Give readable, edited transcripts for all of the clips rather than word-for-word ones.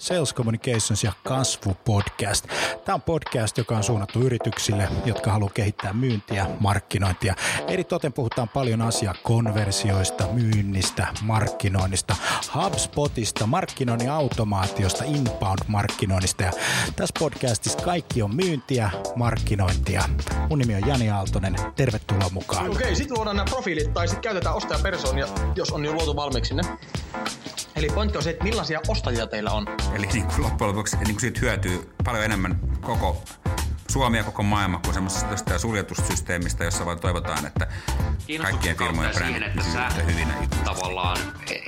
Sales Communications ja kasvupodcast. Tämä on podcast, joka on suunnattu yrityksille, jotka haluaa kehittää myyntiä, markkinointia. Eritoten puhutaan paljon konversioista, myynnistä, markkinoinnista, HubSpotista, markkinoinnin automaatiosta, inbound-markkinoinnista. Ja tässä podcastissa kaikki on myyntiä, markkinointia. Mun nimi on Jani Aaltonen. Tervetuloa mukaan. Okei, sitten luodaan nämä profiilit tai sitten käytetään ostajapersoonia, jos on jo luotu valmiiksi ne. Eli pointti on se, että millaisia ostajia teillä on. Eli niin kuin loppujen lopuksi niin kuin siitä hyötyy paljon enemmän koko Suomi ja koko maailma kuin semmoisesta suljetussysteemistä, jossa vaan toivotaan, että kaikkien firmojen brändit pysyvät hyvinä. Tavallaan,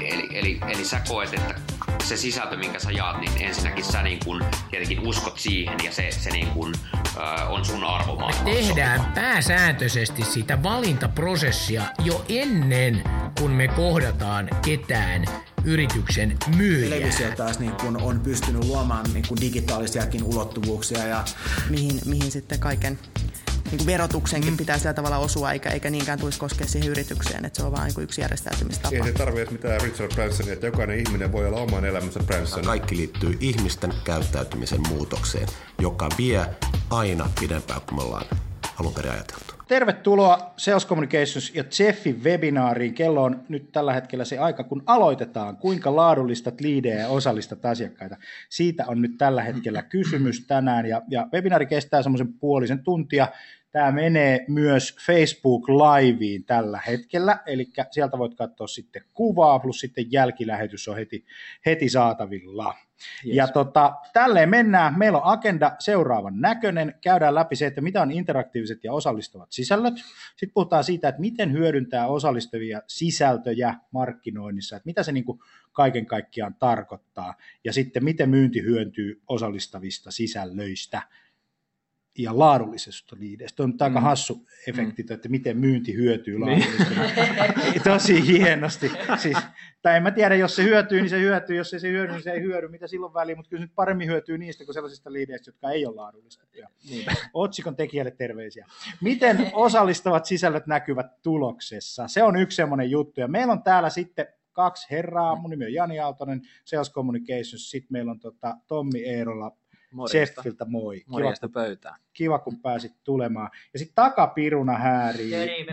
eli sä koet, että se sisältö, minkä sä jaat, niin ensinnäkin sä niin kun tietenkin uskot siihen ja se niin kun, on sun arvomaailmassa. Me tehdään pääsääntöisesti sitä valintaprosessia jo ennen kuin me kohdataan ketään yrityksen myyjää. Televisio taas niin kun on pystynyt luomaan niin kun digitaalisiakin ulottuvuuksia. Ja mihin sitten kaiken niin verotuksenkin pitää sillä tavalla osua, eikä niinkään tulisi koskea siihen yritykseen, että se on vain niin yksi järjestäytymistapa. Ei se tarvitse mitään Richard Bransonia, että jokainen ihminen voi olla oman elämänsä Branson. Kaikki liittyy ihmisten käyttäytymisen muutokseen, joka vie aina pidempään kuin me ollaan alun perin ajateltu. Tervetuloa Sales Communications ja Jeffin webinaariin. Kello on nyt tällä hetkellä se aika, kun aloitetaan. Kuinka laadullistat liidejä ja osallistat asiakkaita? Siitä on nyt tällä hetkellä kysymys tänään. Ja webinaari kestää semmoisen puolisen tuntia. Tämä menee myös Facebook Liveen tällä hetkellä, eli sieltä voit katsoa sitten kuvaa, plus sitten jälkilähetys on heti saatavilla. Yes. Ja tälleen mennään. Meillä on agenda seuraavan näköinen. Käydään läpi se, että mitä on interaktiiviset ja osallistavat sisällöt. Sitten puhutaan siitä, että miten hyödyntää osallistavia sisältöjä markkinoinnissa, että mitä se niin kuin kaiken kaikkiaan tarkoittaa, ja sitten miten myynti hyötyy osallistavista sisällöistä ja laadullisesta liideistä. On aika hassu efekti, että miten myynti hyötyy laadullisesta. Tosi hienosti. Siis, tai en mä tiedä, jos se hyötyy, niin se hyötyy. Jos ei se hyödy, niin se ei hyödy. Mitä silloin väliin? Mutta kyllä se nyt paremmin hyötyy niistä kuin sellaisista liideistä, jotka ei ole laadullistettuja. Otsikon tekijälle terveisiä. Miten osallistavat sisällöt näkyvät tuloksessa? Se on yksi semmoinen juttu. Ja meillä on täällä sitten kaksi herraa. Mun nimi on Jani Aaltonen, Sales Communications. Sitten meillä on Tommi Eerola Jeffiltä, moi. Morjesta pöytään. Kiva, kun pääsit tulemaan. Ja sitten takapiruna häärii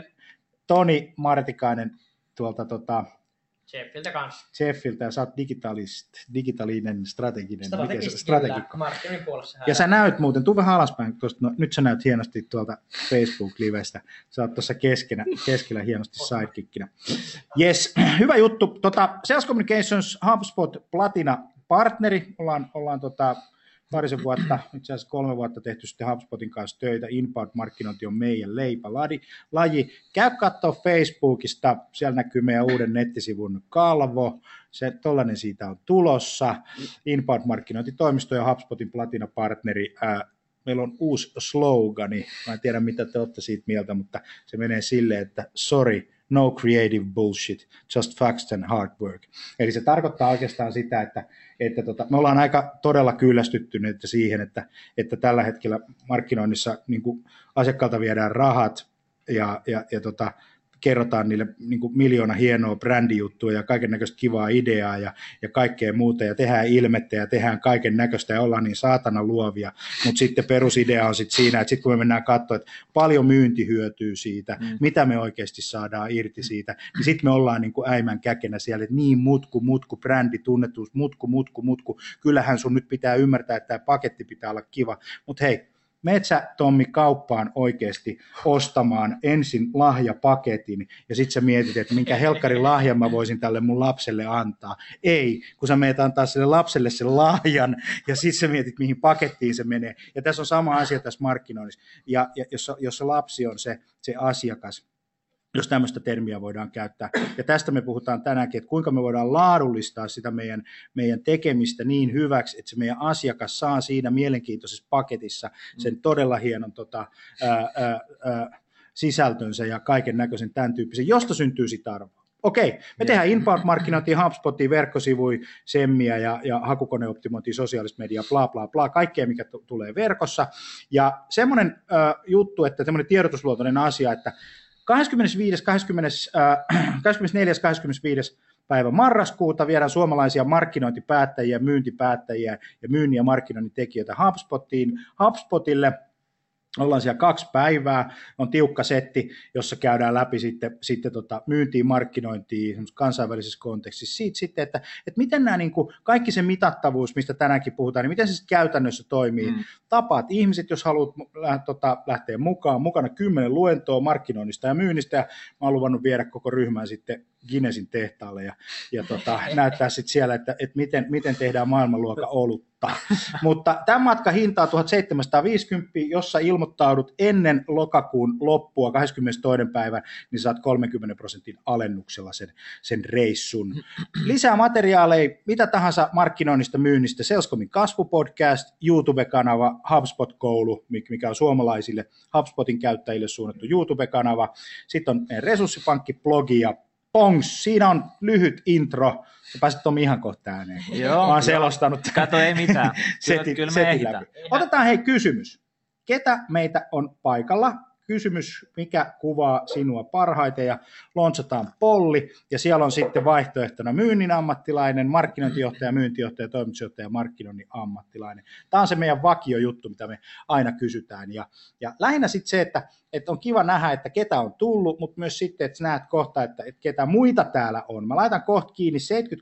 Toni Martikainen tuolta Jeffiltä kanssa. Jeffiltä, ja sä oot digitaalinen strategikko. Markkinoinnin puolessa ja sä näyt muuten, tuu vähän alaspäin, nyt sä näyt hienosti tuolta Facebook-livestä. Sä oot tuossa keskellä hienosti sidekickinä. Yes, hyvä juttu. Sales Communications HubSpot Platina-partneri. Ollaan parisen vuotta, itse asiassa 3 vuotta tehty sitten HubSpotin kanssa töitä. Inbound-markkinointi on meidän leipälaji. Käy katsoa Facebookista, siellä näkyy meidän uuden nettisivun kalvo. Tollainen siitä on tulossa. Inbound-markkinointitoimisto ja HubSpotin Platina-partneri. Meillä on uusi slogani. Mä en tiedä, mitä te olette siitä mieltä, mutta se menee silleen, että sorry, no creative bullshit, just facts and hard work. Eli se tarkoittaa oikeastaan sitä, että me ollaan aika todella kyllästyttyneitä siihen, että tällä hetkellä markkinoinnissa niin kuin asiakkaalta viedään rahat ja kerrotaan niille niin kuin 1 000 000 hienoa brändijuttua ja kaiken näköistä kivaa ideaa ja kaikkea muuta ja tehdään ilmettä ja tehdään kaiken näköistä ja ollaan niin saatana luovia, mutta sitten perusidea on sitten siinä, että sitten kun me mennään katsoa, että paljon myynti hyötyy siitä, mitä me oikeasti saadaan irti siitä, niin sitten me ollaan niin kuin äimän käkenä siellä, että niin mutku, brändi, tunnetuus, mutku, kyllähän sun nyt pitää ymmärtää, että tämä paketti pitää olla kiva, mutta hei, meet sä, Tommi, kauppaan oikeasti ostamaan ensin lahjapaketin ja sitten sä mietit, että minkä helkkarin lahjan mä voisin tälle mun lapselle antaa. Ei, kun sä meet antaa sille lapselle sen lahjan ja sitten sä mietit, mihin pakettiin se menee. Ja tässä on sama asia tässä markkinoinnissa. Ja jos se lapsi on se asiakas, jos tämmöistä termiä voidaan käyttää. Ja tästä me puhutaan tänäänkin, että kuinka me voidaan laadullistaa sitä meidän tekemistä niin hyväksi, että se meidän asiakas saa siinä mielenkiintoisessa paketissa sen todella hienon sisältönsä ja kaiken näköisen tämän tyyppisen, josta syntyy sitä arvoa. Okei, me tehdään inbound-markkinointia, HubSpotia, verkkosivuja, SEMiä ja hakukoneoptimointia, sosiaalista mediaa, bla bla bla, kaikkea mikä tulee verkossa. Ja semmoinen juttu, että semmoinen tiedotusluontoinen asia, että 24. 25. päivä marraskuuta. Viedään suomalaisia markkinointipäättäjiä, myyntipäättäjiä ja myynnin ja markkinoinnin tekijöitä HubSpotille. Ollaan siellä 2 päivää, on tiukka setti, jossa käydään läpi sitten myyntiin, markkinointiin, kansainvälisessä kontekstissa. Siitä sitten, että miten nämä niin kuin, kaikki se mitattavuus, mistä tänäänkin puhutaan, niin miten se sitten käytännössä toimii. Tapaat ihmiset, jos haluat lähteä mukaan, mukana 10 luentoa markkinoinnista ja myynnistä, ja mä oon luvannut viedä koko ryhmän sitten Guinnessin tehtaalle ja näyttää sitten siellä, että miten tehdään maailmanluokan olutta. Mutta tämän matkan hinta on 1750, jossa ilmoittaudut ennen lokakuun loppua 22. päivän, niin saat 30% alennuksella sen reissun. Lisää materiaaleja, mitä tahansa markkinoinnista, myynnistä, Salescomin kasvupodcast, YouTube-kanava, HubSpot-koulu, mikä on suomalaisille HubSpotin käyttäjille suunnattu YouTube-kanava. Sitten on resurssipankki-blogi ja Pongs, siinä on lyhyt intro. Pääsit Tomi ihan kohta ääneen. Joo, mä oon selostanut. Kato, ei mitään. Kyllä me ehditään. Otetaan kysymys. Ketä meitä on paikalla? Kysymys, mikä kuvaa sinua parhaiten, ja launchataan polli, ja siellä on sitten vaihtoehtona myynnin ammattilainen, markkinointijohtaja, myyntijohtaja, toimitusjohtaja, markkinoinnin ammattilainen. Tämä on se meidän vakiojuttu, mitä me aina kysytään, ja lähinnä sitten se, että on kiva nähdä, että ketä on tullut, mutta myös sitten, että näet kohta, että ketä muita täällä on. Mä laitan kohta kiinni,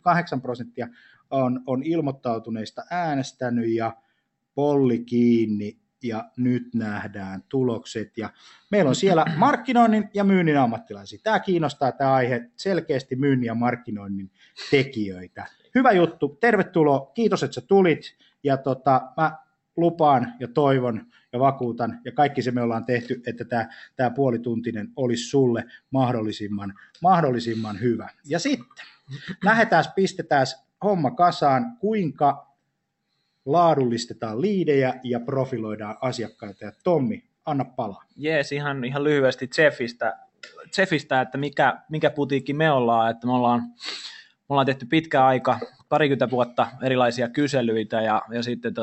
78% on ilmoittautuneista äänestänyt, ja polli kiinni, ja nyt nähdään tulokset, ja meillä on siellä markkinoinnin ja myynnin ammattilaisia. Tämä kiinnostaa tämä aihe selkeästi myynnin ja markkinoinnin tekijöitä. Hyvä juttu, tervetuloa, kiitos, että sä tulit, ja mä lupaan ja toivon ja vakuutan, ja kaikki se me ollaan tehty, että tämä puolituntinen olisi sulle mahdollisimman hyvä. Ja sitten pistetään homma kasaan, kuinka laadullistetaan liidejä ja profiloidaan asiakkaita. Ja Tommi, anna palaa. Jees, ihan lyhyesti Zefistä, että mikä putiikki me ollaan. Että me ollaan tehty pitkä aika, 20 vuotta erilaisia kyselyitä, ja sitten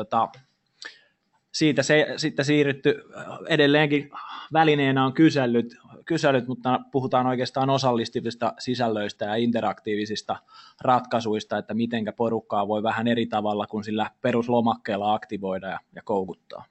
siitä sitten siirrytty edelleenkin välineenä on kyselyt, mutta puhutaan oikeastaan osallistavista sisällöistä ja interaktiivisista ratkaisuista, että mitenkä porukkaa voi vähän eri tavalla kuin sillä peruslomakkeella aktivoida ja koukuttaa.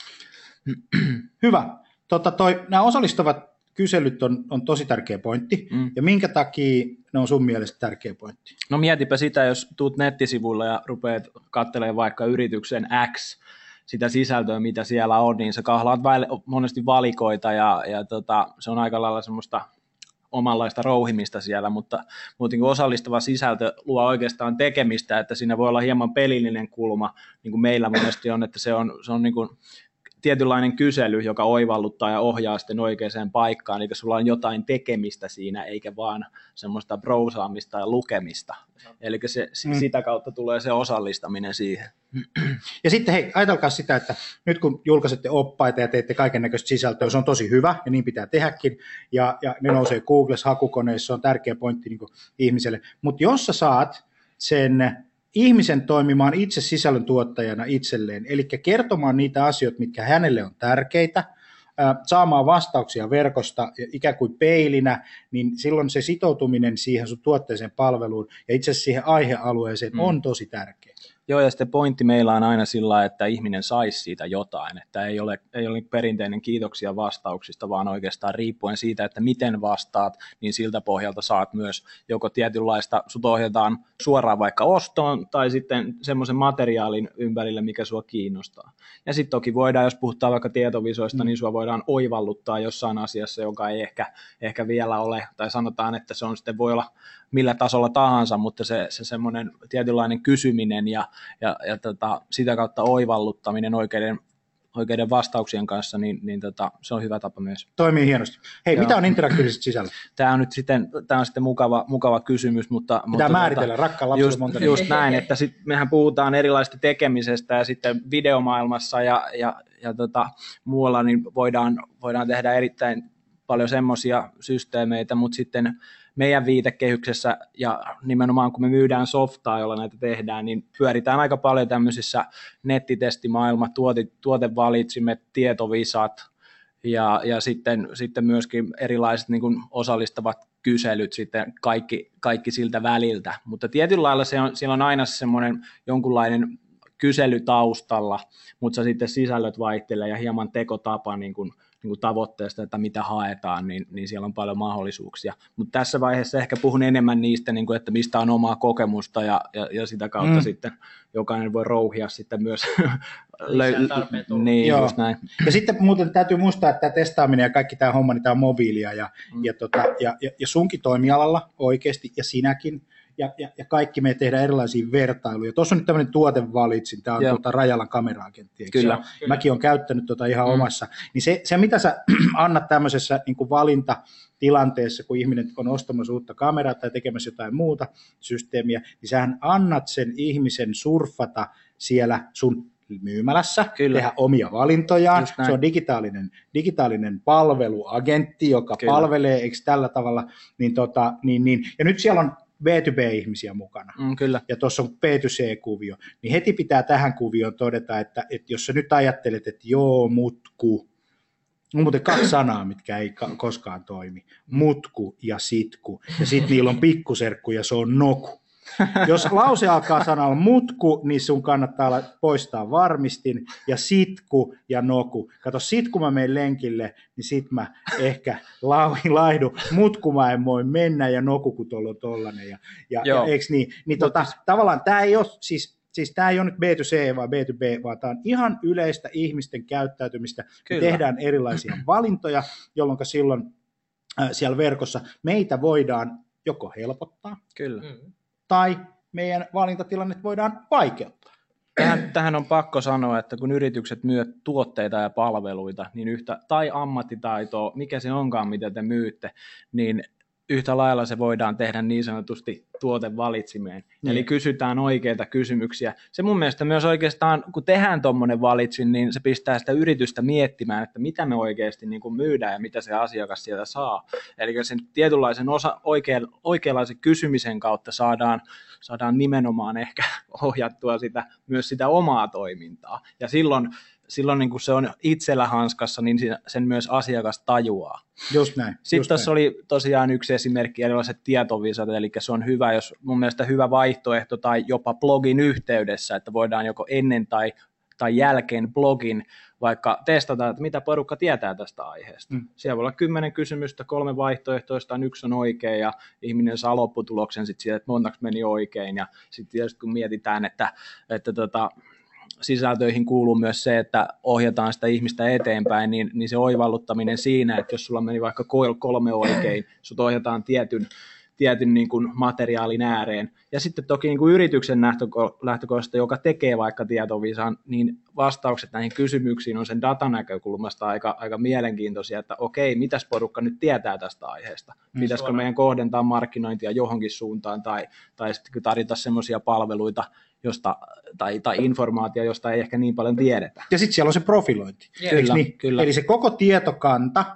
Hyvä. Nämä osallistavat kyselyt on tosi tärkeä pointti, ja minkä takia ne on sun mielestä tärkeä pointti? No mietipä sitä, jos tuut nettisivuille ja rupeat katselemaan vaikka yrityksen X, sitä sisältöä, mitä siellä on, niin sä kahlaat monesti valikoita, ja se on aika lailla semmoista omanlaista rouhimista siellä, mutta niin kuin osallistava sisältö luo oikeastaan tekemistä, että siinä voi olla hieman pelillinen kulma, niin kuin meillä monesti on, että se on niin kuin tietynlainen kysely, joka oivalluttaa ja ohjaa sitten oikeaan paikkaan, eli sulla on jotain tekemistä siinä, eikä vaan semmoista browsaamista ja lukemista. Eli sitä kautta tulee se osallistaminen siihen. Ja sitten hei, ajatelkaa sitä, että nyt kun julkaisette oppaita ja teette kaiken näköistä sisältöä, se on tosi hyvä ja niin pitää tehdäkin, ja ne nousee Googles hakukoneissa, se on tärkeä pointti niin kuin ihmiselle, mutta jos sä saat sen ihmisen toimimaan itse sisällöntuottajana itselleen, eli kertomaan niitä asioita, mitkä hänelle on tärkeitä, saamaan vastauksia verkosta ikään kuin peilinä, niin silloin se sitoutuminen siihen sun tuotteeseen palveluun ja itse asiassa siihen aihealueeseen on tosi tärkeä. Joo, ja sitten pointti meillä on aina sillä, että ihminen saisi siitä jotain, että ei ole perinteinen kiitoksia vastauksista, vaan oikeastaan riippuen siitä, että miten vastaat, niin siltä pohjalta saat myös joko tietynlaista, sut ohjataan suoraan vaikka ostoon, tai sitten semmoisen materiaalin ympärille, mikä sua kiinnostaa. Ja sitten toki voidaan, jos puhutaan vaikka tietovisoista, niin sua voidaan oivalluttaa jossain asiassa, joka ei ehkä vielä ole, tai sanotaan, että se on sitten voi olla millä tasolla tahansa, mutta se semmoinen tietynlainen kysyminen ja sitä kautta oivalluttaminen oikeiden vastauksien kanssa, niin se on hyvä tapa myös. Toimii hienosti. Hei, mitä on interaktiiviset sisällöt? Tämä on sitten mukava kysymys, mutta pitää määritellä, rakkaan lapsella monta. Just näin, että mehän puhutaan erilaisista tekemisestä ja sitten videomaailmassa ja muualla niin voidaan tehdä erittäin paljon semmoisia systeemeitä, mutta sitten meidän viitekehyksessä ja nimenomaan kun me myydään softaa, jolla näitä tehdään, niin pyöritään aika paljon tämmöisissä nettitestimaailma, tuotevalitsimet, tietovisat ja sitten myöskin erilaiset niin kuin osallistavat kyselyt sitten kaikki siltä väliltä, mutta tietyllä lailla siellä on aina semmoinen jonkunlainen kysely taustalla, mutta sitten sisällöt vaihtelee ja hieman tekotapa niin kuin tavoitteesta, että mitä haetaan, niin siellä on paljon mahdollisuuksia. Mutta tässä vaiheessa ehkä puhun enemmän niistä, niin kuin, että mistä on omaa kokemusta ja sitä kautta sitten jokainen voi rouhia sitten myös. Niin, just näin. Ja sitten muuten täytyy muistaa, että tämä testaaminen ja kaikki tämä homma, niin tämä on mobiilia ja sunkin toimialalla oikeasti ja sinäkin. Ja kaikki me tehdään erilaisia vertailuja. Tuossa on nyt tämmöinen tuotevalitsin, tämä on Rajalan kamera-agentti. Kyllä. Mäkin olen käyttänyt ihan omassa. Niin se, mitä sä annat tämmöisessä niin kuin valintatilanteessa, kun ihminen on ostamassa uutta kameraa tai tekemässä jotain muuta systeemiä, niin sähän annat sen ihmisen surffata siellä sun myymälässä, tehdä omia valintojaan. Se on digitaalinen palveluagentti, joka palvelee, eikö tällä tavalla, ja nyt siellä on B2B-ihmisiä mukana. Kyllä. Ja tuossa on B2C-kuvio. Niin heti pitää tähän kuvioon todeta, että jos sä nyt ajattelet, että mutku, on muuten 2 sanaa, mitkä ei koskaan toimi. Mutku ja sitku. Ja sitten niillä on pikkuserkku ja se on noku. Jos lause alkaa sanalla mutku, niin sun kannattaa poistaa varmistin, ja sitku ja noku. Kato, sit kun mä menen lenkille, niin sit mä ehkä laihdun. Mutku mä en voi mennä, ja noku kun tuolla on tollanen. Ja eiks niin? Tavallaan tää ei ole, siis tämä ei ole nyt B2C vai B2B, vaan tämä on ihan yleistä ihmisten käyttäytymistä. Me tehdään erilaisia valintoja, jolloin silloin siellä verkossa meitä voidaan joko helpottaa, tai meidän valintatilannet voidaan vaikeuttaa. Tähän on pakko sanoa, että kun yritykset myyvät tuotteita ja palveluita, niin tai ammattitaitoa, mikä se onkaan, mitä te myytte, niin yhtä lailla se voidaan tehdä niin sanotusti tuotevalitsimeen. Eli kysytään oikeita kysymyksiä. Se mun mielestä myös oikeastaan, kun tehdään tuommoinen valitsin, niin se pistää sitä yritystä miettimään, että mitä me oikeasti niin kuin myydään ja mitä se asiakas sieltä saa. Eli sen tietynlaisen oikeanlaisen kysymisen kautta saadaan nimenomaan ehkä ohjattua myös sitä omaa toimintaa. Ja silloin niin kun se on itsellä hanskassa, niin sen myös asiakas tajuaa. Just näin. Sitten tässä oli tosiaan yksi esimerkki, erilaiset tietovisat, eli se on hyvä, jos mun mielestä hyvä vaihtoehto tai jopa blogin yhteydessä, että voidaan joko ennen tai jälkeen blogin vaikka testata, että mitä porukka tietää tästä aiheesta. Siellä voi olla 10 kysymystä, 3 vaihtoehtoista, 1 on oikein ja ihminen saa lopputuloksen sitten siitä, että montako meni oikein. Ja sitten tietysti kun mietitään, että sisältöihin kuuluu myös se, että ohjataan sitä ihmistä eteenpäin, niin se oivalluttaminen siinä, että jos sulla meni vaikka 3 oikein, sut ohjataan tietyn niin kuin materiaalin ääreen. Ja sitten toki niin kuin yrityksen lähtökohdasta, joka tekee vaikka tietovisan, niin vastaukset näihin kysymyksiin on sen datan näkökulmasta aika mielenkiintoisia, että okei, mitäs porukka nyt tietää tästä aiheesta? Pitäisikö meidän kohdentaa markkinointia johonkin suuntaan tai sitten tarjota semmoisia palveluita, tai informaatio, josta ei ehkä niin paljon tiedetä. Ja sitten siellä on se profilointi. Kyllä. Eli se koko tietokanta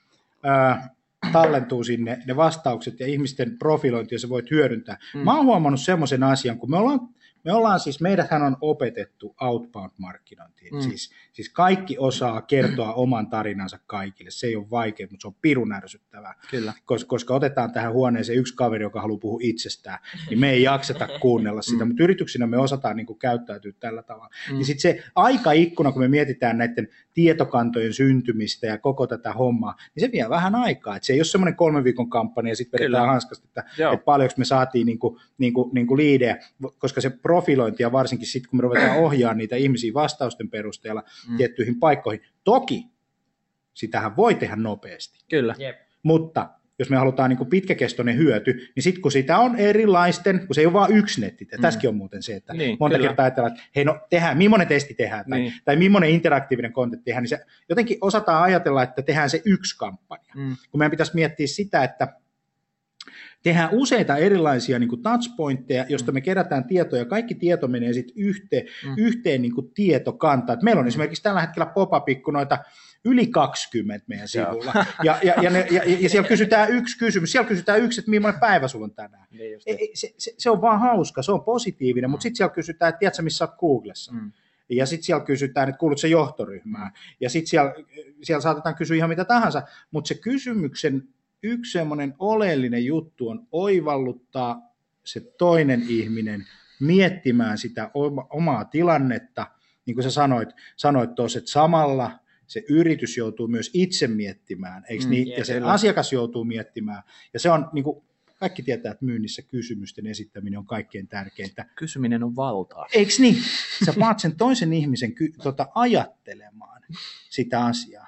tallentuu sinne, ne vastaukset ja ihmisten profilointi, ja se voit hyödyntää. Mä oon huomannut semmoisen asian, kun meidäthän on opetettu outbound-markkinointiin. Siis kaikki osaa kertoa oman tarinansa kaikille. Se ei ole vaikea, mutta se on pirun ärsyttävää. Kyllä. Koska otetaan tähän huoneeseen yksi kaveri, joka haluaa puhua itsestään, niin me ei jakseta kuunnella sitä. Mutta yrityksinä me osataan niin kuin käyttäytyä tällä tavalla. Ja sitten se aikaikkuna, kun me mietitään näiden tietokantojen syntymistä ja koko tätä hommaa, niin se vie vähän aikaa. Et se ei ole semmoinen 3 viikon kampanja ja sitten vedetään hanskasta, että paljonko me saatiin niin kuin liidejä, koska se profilointi ja varsinkin sitten, kun me ruvetaan ohjaamaan niitä ihmisiä vastausten perusteella tiettyihin paikkoihin. Toki sitähän voi tehdä nopeasti. Kyllä. Mutta jos me halutaan niin kuin pitkäkestoinen hyöty, niin sitten kun sitä on erilaisten, kun se ei ole vain yksi netti, tässäkin on muuten se, että monta kertaa ajatellaan, että hei tehdään, millainen testi tehdään tai millainen interaktiivinen content tehdään, niin se jotenkin osataan ajatella, että tehdään se yksi kampanja. Kun meidän pitäisi miettiä sitä, että tehdään useita erilaisia niin kuin touchpointteja, josta me kerätään tietoja, ja kaikki tieto menee sitten yhteen niin kuin tietokantaan. Meillä on esimerkiksi tällä hetkellä pop-up-ikkunoita yli 20 meidän sivulla, ja siellä kysytään yksi kysymys, siellä kysytään että millainen päivä sulla on tänään. Se on vaan hauska, se on positiivinen, mutta sitten siellä kysytään, että tiedätkö missä olet Googlessa. Ja sitten siellä kysytään, että kuulut se johtoryhmään, ja sitten siellä saatetaan kysyä ihan mitä tahansa, mutta se kysymyksen yksi semmoinen oleellinen juttu on oivalluttaa se toinen ihminen miettimään sitä omaa tilannetta, niin kuin sä sanoit tuossa, että samalla se yritys joutuu myös itse miettimään, eikö niin? Ja se asiakas joutuu miettimään, ja se on niin kuin kaikki tietää, että myynnissä kysymysten esittäminen on kaikkein tärkeintä. Kysyminen on valtaa. Eikö niin? Sä vaat sen toisen ihmisen ajattelemaan sitä asiaa.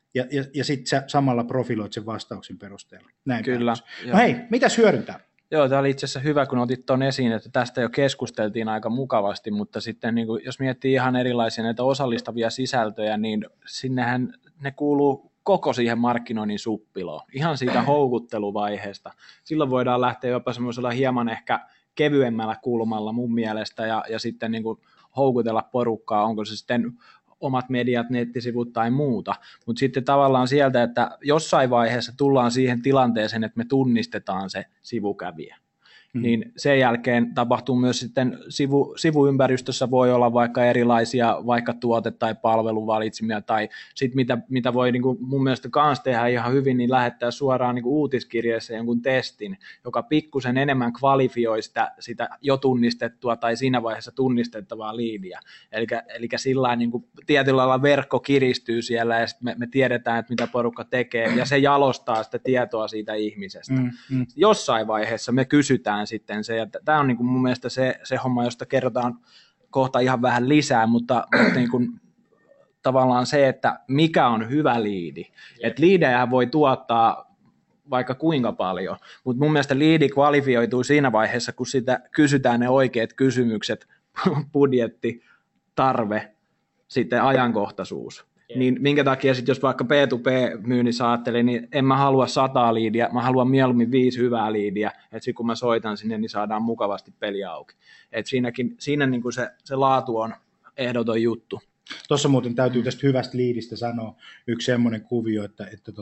Ja sitten sä samalla profiloit sen vastauksen perusteella. Näin kyllä. No hei, mitäs hyödyntää? Joo, tämä oli itse asiassa hyvä, kun otit tuon esiin, että tästä jo keskusteltiin aika mukavasti, mutta sitten niin kuin, jos miettii ihan erilaisia näitä osallistavia sisältöjä, niin sinnehän ne kuuluu koko siihen markkinoinnin suppiloon, ihan siitä houkutteluvaiheesta. Silloin voidaan lähteä jopa semmoisella hieman ehkä kevyemmällä kulmalla mun mielestä ja sitten niin kuin houkutella porukkaa, onko se sitten omat mediat, nettisivut tai muuta, mutta sitten tavallaan sieltä, että jossain vaiheessa tullaan siihen tilanteeseen, että me tunnistetaan se sivukävijä. Niin sen jälkeen tapahtuu myös sitten sivuympäristössä voi olla vaikka erilaisia vaikka tuote- tai palveluvalitsimia tai sitten mitä voi niin kuin mun mielestä kanssa tehdä ihan hyvin, niin lähettää suoraan niin kuin uutiskirjeessä jonkun testin, joka pikkusen enemmän kvalifioi sitä jo tunnistettua tai siinä vaiheessa tunnistettavaa liidiä. Eli sillä niin kuin tietyllä lailla verkko kiristyy siellä ja me tiedetään, että mitä porukka tekee ja se jalostaa sitä tietoa siitä ihmisestä. Jossain vaiheessa me kysytään sitten se, että tämä on niin kuin mun mielestä se homma, josta kerrotaan kohta ihan vähän lisää, mutta niin kuin tavallaan se, että mikä on hyvä liidi. Että liidejä voi tuottaa vaikka kuinka paljon, mutta mun mielestä liidi kvalifioituu siinä vaiheessa, kun sitä kysytään ne oikeat kysymykset, budjetti, tarve, sitten ajankohtaisuus. Niin minkä takia sitten, jos vaikka B2B-myynnissä ajattelin, niin en mä halua 100 liidiä, mä haluan mieluummin 5 hyvää liidiä, että sitten kun mä soitan sinne, niin saadaan mukavasti peli auki. Että siinä niin kuin se laatu on ehdoton juttu. Tuossa muuten täytyy tästä hyvästä liidistä sanoa yksi semmoinen kuvio, että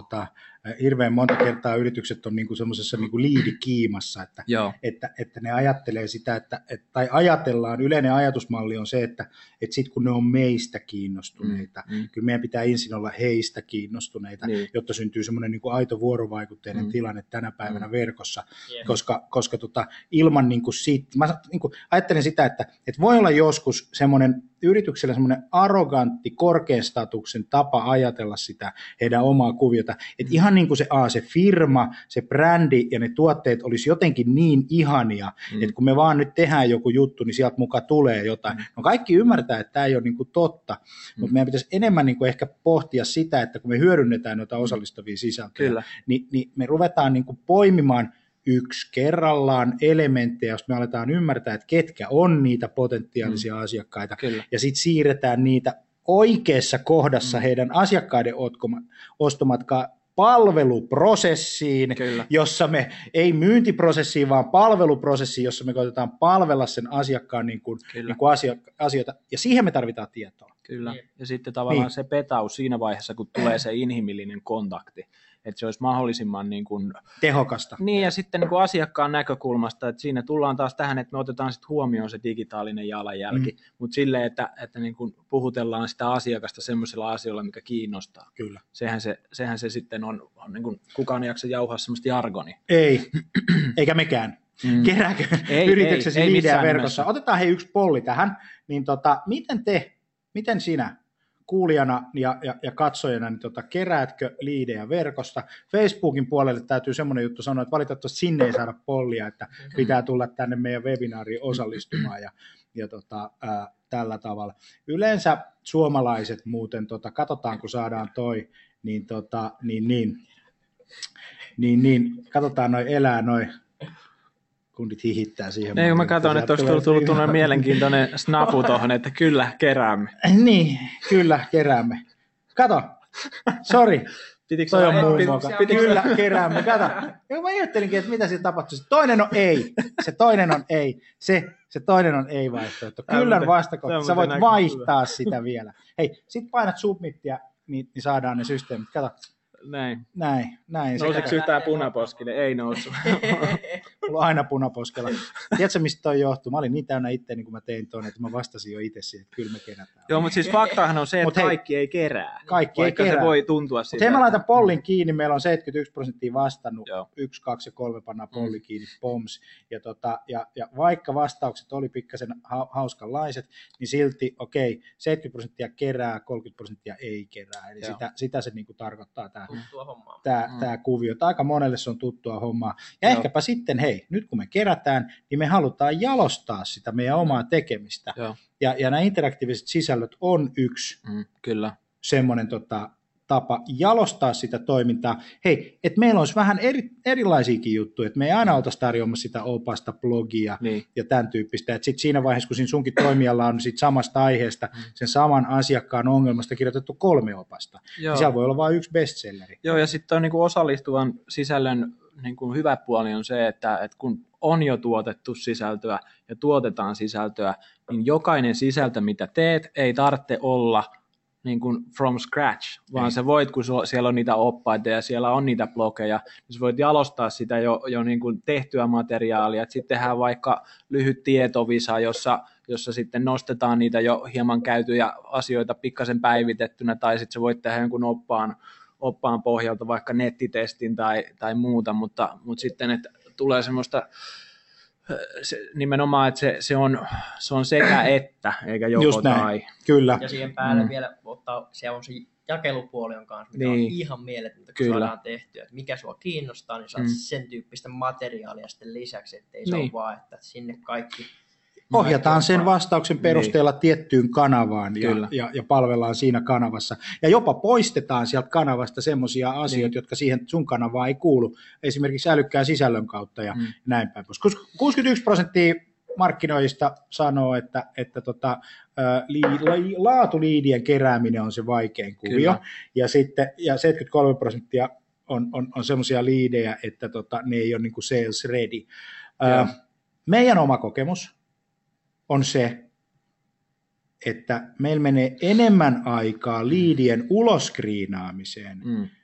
hirveän monta kertaa yritykset on niinku semmoisessa niinku liidikiimassa, että ne ajattelee sitä, tai ajatellaan, yleinen ajatusmalli on se, että sitten kun ne on meistä kiinnostuneita, kyllä meidän pitää ensin olla heistä kiinnostuneita, jotta syntyy semmoinen niinku aito vuorovaikutteinen tilanne tänä päivänä verkossa, koska ilman niinku siitä, mä niinku ajattelen sitä, että voi olla joskus semmoinen yrityksellä semmoinen arrogantti, korkean statuksen tapa ajatella sitä heidän omaa kuviota, että ihan niin kuin se firma, se brändi ja ne tuotteet olisi jotenkin niin ihania, että kun me vaan nyt tehdään joku juttu, niin sieltä muka tulee jotain. No kaikki ymmärtää, että tämä ei ole niin kuin totta, mutta meidän pitäisi enemmän niin kuin ehkä pohtia sitä, että kun me hyödynnetään noita osallistavia sisältöjä, niin me ruvetaan niin kuin poimimaan yksi kerrallaan elementtejä, jos me aletaan ymmärtää, että ketkä on niitä potentiaalisia asiakkaita, ja sitten siirretään niitä oikeassa kohdassa heidän asiakkaiden ostamat palveluprosessiin, jossa me, ei myyntiprosessiin, vaan palveluprosessiin, jossa me koitetaan palvella sen asiakkaan niin kuin asioita, ja siihen me tarvitaan tietoa. Kyllä, ja sitten tavallaan se petaus siinä vaiheessa, kun tulee se inhimillinen kontakti, että se olisi mahdollisimman niin kuin tehokasta. Niin, ja sitten niin kuin asiakkaan näkökulmasta, että siinä tullaan taas tähän, että me otetaan sitten huomioon se digitaalinen jalanjälki, mutta silleen, että niin kuin puhutellaan sitä asiakasta semmoisilla asioilla, mikä kiinnostaa. Kyllä. Sehän se sitten on niin kuin kukaan ei jaksa jauhaa semmoista jargonia. Ei, eikä mekään. Kerääkö yrityksesi liidejä verkossa? Otetaan yksi polli tähän, niin miten sinä kuulijana ja katsojana, niin keräätkö liidejä verkosta? Facebookin puolelle täytyy semmoinen juttu sanoa, että valitettavasti sinne ei saada pollia, että pitää tulla tänne meidän webinaariin osallistumaan ja tällä tavalla. Yleensä suomalaiset muuten, katsotaan kun saadaan toi, katsotaan elää kundit hihittää siihen. Ei, kun mä katson, että olisi tullut mielenkiintoinen snapu tuohon, että kyllä keräämme. Niin, kyllä keräämme. Kato, sori. Toi on mummoka. Kyllä keräämme, kato. Ja mä ajattelinkin, että mitä siinä tapahtuu. Se toinen on ei. Se toinen on ei vaihtoehto. Kyllä vastakohta. Sä voit vaihtaa sitä vielä. Hei, sit painat submittia, niin saadaan ne systeemit. Kato. Näin. Nousiko yhtään punaposkinen? Ei noussut. Mulla on aina punaposkella. Tiedätkö, mistä toi johtuu? Mä olin niin täynnä itteeni, kun mä tein tuonne, että mä vastasin jo itse siihen, että kyllä me kerätään. Joo, mutta siis faktahan on se, että kaikki ei kerää. Kaikki vaikka ei kerää. Se voi tuntua siltä. Mutta mä laitan pollin kiinni, meillä on 71% vastannut, 1, 2 ja 3 pannaan polli kiinni, poms. Ja vaikka vastaukset oli pikkasen hauskanlaiset, niin silti, 70% kerää, 30% ei kerää. Eli sitä se niinku tarkoittaa tämä kuvio. Aika monelle se on tuttua hommaa. Ja ehkäpä sitten, hei, nyt kun me kerätään, niin me halutaan jalostaa sitä meidän omaa tekemistä. Ja nämä interaktiiviset sisällöt on yksi semmoinen tapa jalostaa sitä toimintaa. Hei, että meillä olisi vähän erilaisiakin juttuja, että me ei aina oltaisi tarjoamassa sitä opasta, blogia ja tämän tyyppistä. Että sitten siinä vaiheessa, kun siinä sunkin toimijalla on siitä samasta aiheesta, sen saman asiakkaan ongelmasta kirjoitettu 3 opasta, niin siellä voi olla vain yksi bestselleri. Joo, ja sitten niinku osallistuvan sisällön niinku hyvä puoli on se, että kun on jo tuotettu sisältöä ja tuotetaan sisältöä, niin jokainen sisältö, mitä teet, ei tarvitse olla niin kuin from scratch, vaan sä voit, kun siellä on niitä oppaita ja siellä on niitä blogeja, niin sä voit jalostaa sitä jo niin kuin tehtyä materiaalia, että sitten tehdään vaikka lyhyt tietovisa, jossa sitten nostetaan niitä jo hieman käytyjä asioita pikkasen päivitettynä, tai sitten sä voit tehdä jonkun oppaan pohjalta vaikka nettitestin tai muuta, mutta sitten, että tulee semmoista nimenomaan, että se on sekä että, eikä joko tai. Kyllä. Ja siihen päälle vielä ottaa, siellä on se jakelupuoli on kanssa, mikä on ihan mieletöntä, kun saadaan tehtyä, että mikä sua kiinnostaa, niin saat sen tyyppistä materiaalia sitten lisäksi, ettei se ole vaan, että sinne kaikki ohjataan sen vastauksen perusteella tiettyyn kanavaan ja palvellaan siinä kanavassa. Ja jopa poistetaan sieltä kanavasta semmoisia asioita, jotka siihen sun kanavaan ei kuulu, esimerkiksi älykkään sisällön kautta ja näin päin. 61% markkinoijista sanoo, että laatuliidien kerääminen on se vaikein kuvio, ja 73% on semmoisia liidejä, että ne ei ole niin kuin sales ready. Meidän oma kokemus on se, että meillä menee enemmän aikaa liidien uloskriinaamiseen,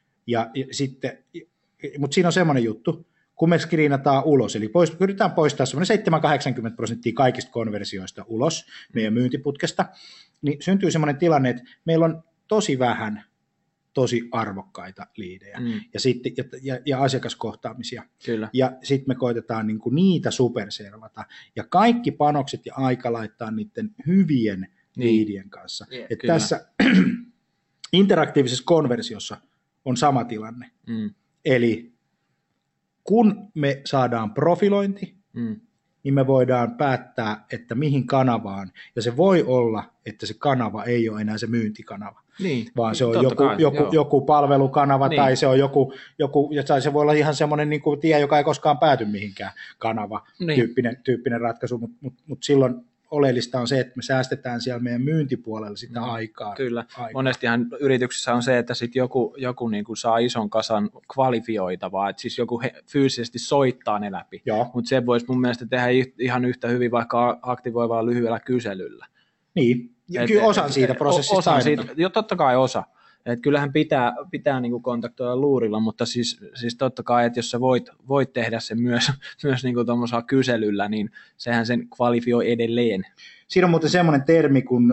mutta siinä on semmoinen juttu, kun me skriinataan ulos, eli pyritään poistamaan semmoinen 7-80% kaikista konversioista ulos meidän myyntiputkesta, niin syntyy semmoinen tilanne, että meillä on tosi vähän tosi arvokkaita liidejä ja asiakaskohtaamisia. Kyllä. Ja sitten me koitetaan niinku niitä superservata ja kaikki panokset ja aika laittaa niiden hyvien liidien kanssa. Että tässä interaktiivisessa konversiossa on sama tilanne. Eli kun me saadaan profilointi, niin me voidaan päättää, että mihin kanavaan, ja se voi olla, että se kanava ei ole enää se myyntikanava, vaan se on joku palvelukanava, tai se on joku tai se voi olla ihan semmoinen niin kuin tie, joka ei koskaan pääty mihinkään kanava, tyyppinen ratkaisu, mutta silloin oleellista on se, että me säästetään siellä meidän myyntipuolella sitä aikaa. Kyllä. Monestihan yrityksessä on se, että sit joku niin kuin saa ison kasan kvalifioitavaa, että siis joku fyysisesti soittaa ne läpi, mutta se voisi mun mielestä tehdä ihan yhtä hyvin vaikka aktivoivalla lyhyellä kyselyllä. Niin, kyllä osan siitä prosessista jo totta kai osa. Että kyllähän pitää niin kuin kontaktoida luurilla, mutta siis totta kai, että jos sä voit tehdä sen myös niin kuin tuommoisella kyselyllä, niin sehän sen kvalifioi edelleen. Siinä on muuten semmoinen termi kuin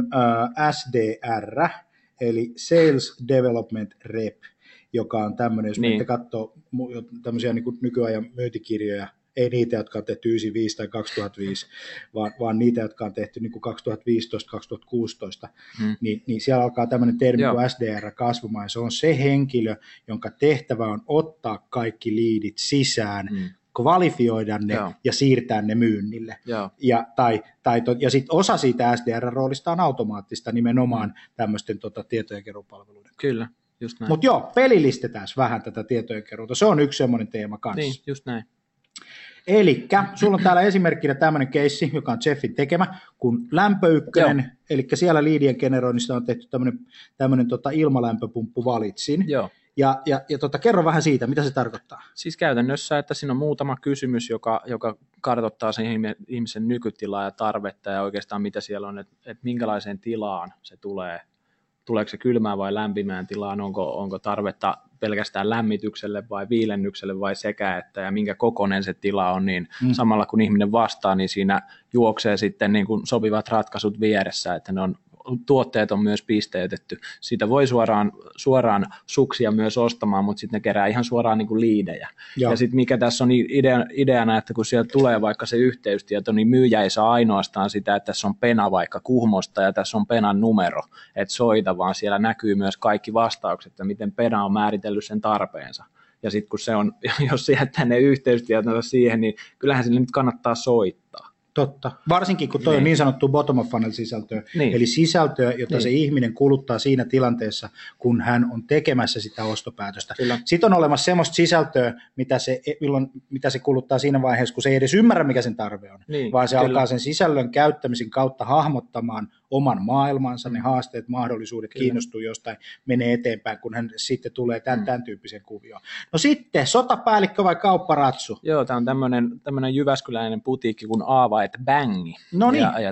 SDR, eli Sales Development Rep, joka on tämmöinen, jos me katsoo tämmöisiä niin kuin nykyajan myyntikirjoja, ei niitä, jotka on tehty 1995 tai 2005, vaan niitä, jotka on tehty niin kuin 2015-2016, niin siellä alkaa tämmöinen termi kuin SDR kasvamaan, ja se on se henkilö, jonka tehtävä on ottaa kaikki liidit sisään, kvalifioida ne ja siirtää ne myynnille. Ja sitten osa siitä SDR-roolista on automaattista nimenomaan tämmöisten tietojenkeruupalveluiden. Kyllä, just näin. Mutta pelillistetään vähän tätä tietojenkeruuta, se on yksi semmoinen teema kanssa. Niin, just näin. Elikkä sulla on täällä esimerkkinä tämmöinen keissi, joka on Jeffin tekemä, kun lämpöykkönen, eli siellä liidien generoinnista on tehty tämmöinen ilmalämpöpumppu valitsin. Joo. Ja kerro vähän siitä, mitä se tarkoittaa. Siis käytännössä, että siinä on muutama kysymys, joka kartoittaa sen ihmisen nykytilaa ja tarvetta ja oikeastaan mitä siellä on, että minkälaiseen tilaan se tulee. Tuleeko se kylmään vai lämpimään tilaan, onko tarvetta pelkästään lämmitykselle vai viilennykselle vai sekä että, ja minkä kokoinen se tila on, niin samalla kun ihminen vastaa, niin siinä juoksee sitten niin kuin sopivat ratkaisut vieressä, että tuotteet on myös pisteytetty. Siitä voi suoraan suksia myös ostamaan, mutta sitten ne kerää ihan suoraan niin kuin liidejä. Joo. Ja sitten mikä tässä on ideana, että kun sieltä tulee vaikka se yhteystieto, niin myyjä ei saa ainoastaan sitä, että tässä on pena vaikka Kuhmosta ja tässä on penan numero, että soita, vaan siellä näkyy myös kaikki vastaukset, että miten pena on määritellyt sen tarpeensa. Ja sitten kun se on, jos se jättää ne yhteystietonsa siihen, niin kyllähän sille nyt kannattaa soittaa. Totta. Varsinkin kun toi on niin sanottu bottom of funnel sisältöä, eli sisältöä, jota se ihminen kuluttaa siinä tilanteessa, kun hän on tekemässä sitä ostopäätöstä. Kyllä. Sitten on olemassa semmoista sisältöä, mitä se kuluttaa siinä vaiheessa, kun se ei edes ymmärrä, mikä sen tarve on, vaan se alkaa sen sisällön käyttämisen kautta hahmottamaan oman maailmansa, ne haasteet, mahdollisuudet, kiinnostuu jostain, menee eteenpäin, kun hän sitten tulee tämän tyyppisen kuvioon. No sitten, sotapäällikkö vai kaupparatsu? Joo, tämä on tämmöinen jyväskyläinen putiikki kuin Aava et Bängi. No niin. Ja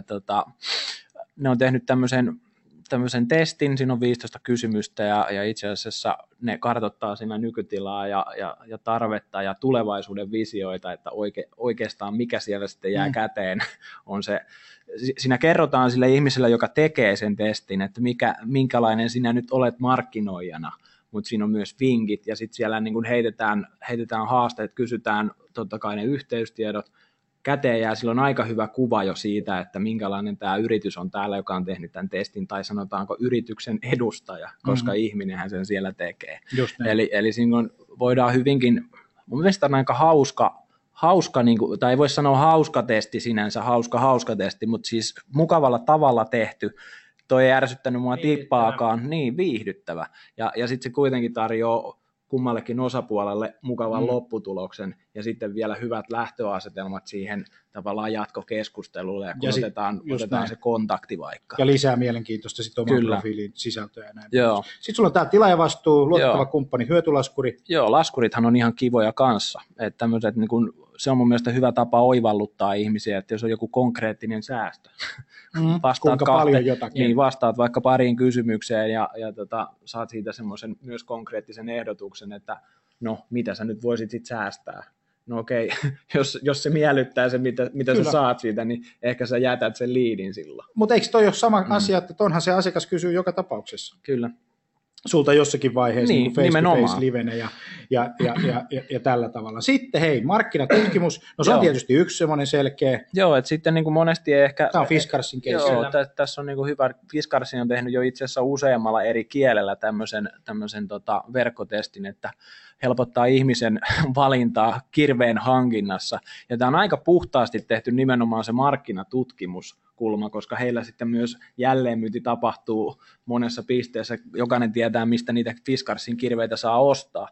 ne on tehnyt tämmöisen testin, siinä on 15 kysymystä ja itse asiassa ne kartoittaa siinä nykytilaa ja tarvetta ja tulevaisuuden visioita, että oikeastaan mikä siellä sitten jää käteen on se. Siinä kerrotaan sille ihmiselle, joka tekee sen testin, että minkälainen sinä nyt olet markkinoijana, mutta siinä on myös vinkit ja sitten siellä niin kun heitetään haasteet, kysytään totta kai ne yhteystiedot, käteen jää silloin aika hyvä kuva jo siitä, että minkälainen tämä yritys on täällä, joka on tehnyt tämän testin, tai sanotaanko yrityksen edustaja, koska ihminenhän sen siellä tekee. Eli siinä voidaan hyvinkin, mun mielestä on aika hauska niin kuin, tai ei voi sanoa hauska testi sinänsä, hauska testi, mutta siis mukavalla tavalla tehty. Toi ei ärsyttänyt mua tippaakaan, niin viihdyttävä. Ja sitten se kuitenkin tarjoaa kummallekin osapuolelle mukavan lopputuloksen ja sitten vielä hyvät lähtöasetelmat siihen tavallaan jatkokeskustelulle, kun otetaan se kontakti vaikka. Ja lisää mielenkiintoista sitten oman profiilin sisältöä ja näin. Joo. Sitten sulla on tämä tilaajavastuu, luotettava kumppani, hyötylaskuri. Joo, laskurithan on ihan kivoja kanssa. Että tämmöiset, niin kun, se on mun mielestä hyvä tapa oivalluttaa ihmisiä, että jos on joku konkreettinen säästö, kuinka paljon jotakin. Niin, vastaat vaikka pariin kysymykseen ja saat siitä semmoisen myös konkreettisen ehdotuksen, että no, mitä sä nyt voisit sitten säästää. No okei, jos se miellyttää se, mitä sä saat siitä, niin ehkä sä jätät sen liidin silloin. Mutta eikö toi ole sama asia, että onhan se asiakas kysyy joka tapauksessa? Kyllä. Sulta jossakin vaiheessa niin face-to-face-livenä ja tällä tavalla. Sitten hei, markkinatutkimus, no se on tietysti yksi semmoinen selkeä. Joo, että sitten niin kuin monesti ehkä. Tämä on Fiskarsin keissi. Joo, tässä on niin kuin hyvä, Fiskarsin on tehnyt jo itse asiassa useammalla eri kielellä tämmöisen verkkotestin, että helpottaa ihmisen valintaa kirveen hankinnassa. Ja tämä on aika puhtaasti tehty nimenomaan se markkinatutkimuskulma, koska heillä sitten myös jälleenmyynti tapahtuu monessa pisteessä. Jokainen tietää, mistä niitä Fiskarsin kirveitä saa ostaa.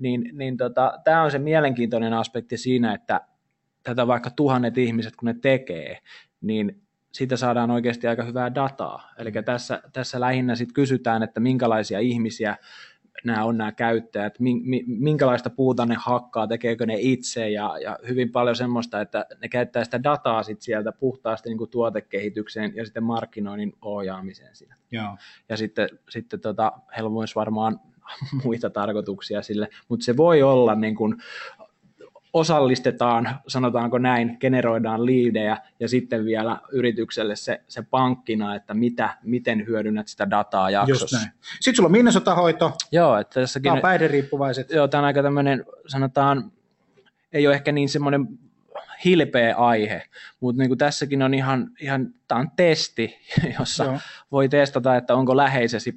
Tämä on se mielenkiintoinen aspekti siinä, että tätä vaikka 1000 ihmiset, kun ne tekee, niin siitä saadaan oikeasti aika hyvää dataa. Eli tässä lähinnä sitten kysytään, että minkälaisia ihmisiä nämä käyttäjät, minkälaista puuta ne hakkaa, tekeekö ne itse ja hyvin paljon semmoista, että ne käyttää sitä dataa sit sieltä puhtaasti niin kuin tuotekehitykseen ja sitten markkinoinnin ohjaamiseen siinä. Joo. Ja sitten heillä on myös varmaan muita tarkoituksia sille, mutta se voi olla niin kuin osallistetaan, sanotaanko näin, generoidaan liidejä ja sitten vielä yritykselle se pankkina, että miten hyödynnät sitä dataa jaksossa. Just näin. Sitten sulla on Minnesota-hoito. Joo, että tässäkin. Tämä on päihderiippuvaiset. Joo, tämä on aika tämmöinen, sanotaan, ei ole ehkä niin semmoinen hilpeä aihe, mutta niin kuin tässäkin on ihan tämä on testi, jossa voi testata, että onko läheisesi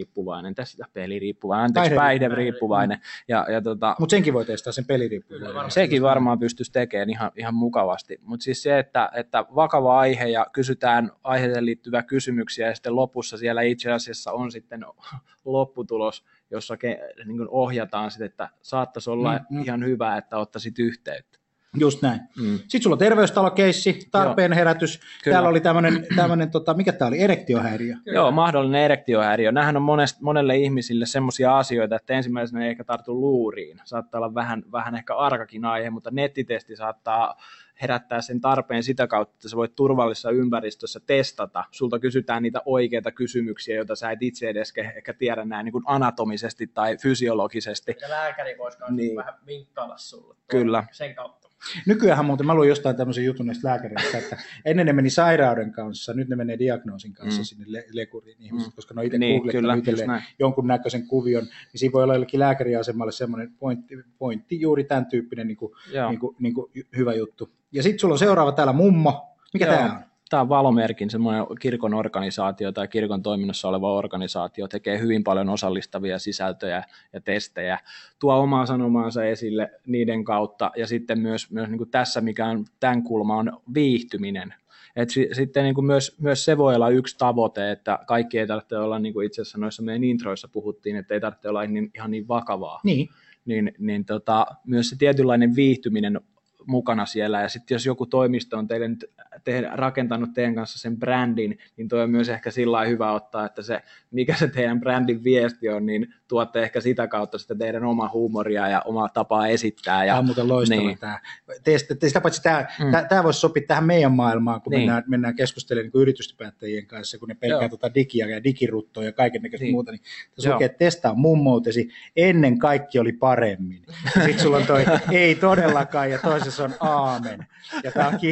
päihderiippuvainen. Mutta senkin voi testaa sen peliriippuvainen. Sekin varmaan pystyisi tekemään ihan mukavasti, mutta siis se, että vakava aihe ja kysytään aiheeseen liittyviä kysymyksiä ja sitten lopussa siellä itse asiassa on sitten lopputulos, jossa niin kuin ohjataan sitten, että saattaisi olla ihan hyvä, että ottaisit yhteyttä. Just näin. Sitten sulla on terveystalokeissi, tarpeen herätys. Kyllä. Täällä oli tämmöinen mikä tämä oli, erektiohäiriö? Kyllä. Joo, mahdollinen erektiohäiriö. Nämähän on monelle ihmisille semmoisia asioita, että ensimmäisenä ei ehkä tartu luuriin. Saattaa olla vähän ehkä arkakin aihe, mutta nettitesti saattaa herättää sen tarpeen sitä kautta, että sä voit turvallisessa ympäristössä testata. Sulta kysytään niitä oikeita kysymyksiä, joita sä et itse edes ehkä tiedä näin niin kuin anatomisesti tai fysiologisesti. Ja lääkäri voisi vähän vinkkailla sulle. Kyllä. Sen kautta. Nykyäänhän muuten, mä luin jostain tämmöisen jutun näistä lääkäreistä, että ennen ne meni sairauden kanssa, nyt ne menee diagnoosin kanssa sinne lekuriin ihmiset, koska ne on itse googlettanut itselleen jonkunnäköisen kuvion, niin siinä voi olla jollekin lääkäriasemalle semmoinen pointti juuri tämän tyyppinen niin kuin hyvä juttu. Ja sitten sulla on seuraava täällä mummo. Mikä tämä on? Tämä on Valomerkin semmoinen kirkon organisaatio tai kirkon toiminnassa oleva organisaatio, tekee hyvin paljon osallistavia sisältöjä ja testejä, tuo omaa sanomaansa esille niiden kautta ja sitten myös niin kuin tässä, mikä on tämän kulma, on viihtyminen. Et sitten niin kuin myös se voi olla yksi tavoite, että kaikki ei tarvitse olla, niin kuin itse asiassa noissa meidän introissa puhuttiin, että ei tarvitse olla ihan niin vakavaa. Niin, myös se tietynlainen viihtyminen mukana siellä, ja sitten jos joku toimisto on teille nyt rakentanut teidän kanssa sen brändin, niin toi on myös ehkä sillä lailla hyvä ottaa, että se, mikä se teidän brändin viesti on, niin tuotte ehkä sitä kautta sitä teidän omaa huumoria ja omaa tapaa esittää. Tämä on muuten loistava tämä. Sitä paitsi tämä voisi sopia tähän meidän maailmaan, kun mennään keskustelemaan niin yrityspäättäjien kanssa, kun ne pelkää digia ja digiruttoa ja kaikennäköistä muuta, niin tässä lukee, että testaa mummoutesi, ennen kaikki oli paremmin. Sitten sulla on toi ei todellakaan ja toisessa on aamen. Ja tämä on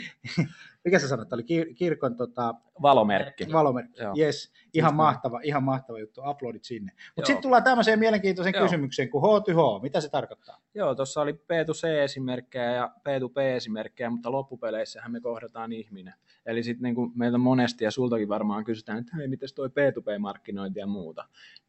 mikä sä sanoit? Tämä oli kirkon Valomerkki. Valomerkki, yes. Ihan mahtava juttu. Uploadit sinne. Mutta sitten tullaan tämmöiseen mielenkiintoiseen kysymykseen kuin H2H. Mitä se tarkoittaa? Joo, tuossa oli P2C-esimerkkejä ja P2P-esimerkkejä, mutta loppupeleissähän me kohdataan ihminen. Eli sitten niin kuin meiltä monesti ja sultakin varmaan kysytään, että hei, mites toi P2P-markkinointi ja muuta.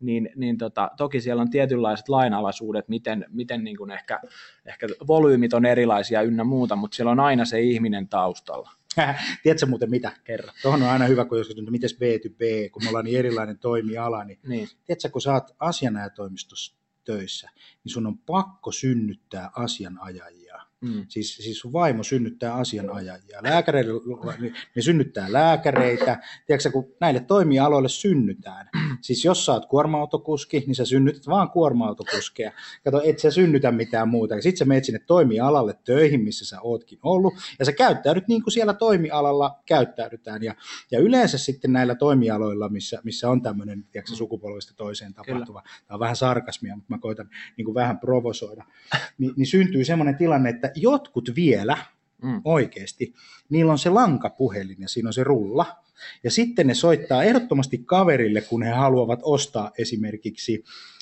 Toki siellä on tietynlaiset lainalaisuudet, miten niin kuin ehkä volyymit on erilaisia ynnä muuta, mutta siellä on aina se ihminen taustalla. Tiedätkö muuten mitä? Kerro. Tuohon on aina hyvä, kun joskus tuntuu, mites B2B, kun me ollaan niin erilainen toimiala, niin tiedätkö, kun sä oot asianajotoimistossa töissä, niin sun on pakko synnyttää asianajajia. Siis sun vaimo synnyttää asianajajia. Ne synnyttää lääkäreitä. Tiedätkö, kun näille toimialoille synnytään. Siis jos sä oot kuorma-autokuski, niin sä synnytät vaan kuorma-autokuskeja. Kato, et sä synnytä mitään muuta. Sitten sä menet sinne toimialalle töihin, missä sä ootkin ollut. Ja sä käyttäydyt niin kuin siellä toimialalla käyttäydytään. Ja yleensä sitten näillä toimialoilla, missä on tämmöinen sukupolvesta toiseen tapahtuva, tämä on vähän sarkasmia, mutta mä koitan niin kuin vähän provosoida, niin syntyy semmoinen tilanne, että jotkut vielä oikeasti, niillä on se lankapuhelin ja siinä on se rulla, ja sitten ne soittaa ehdottomasti kaverille, kun he haluavat ostaa esimerkiksi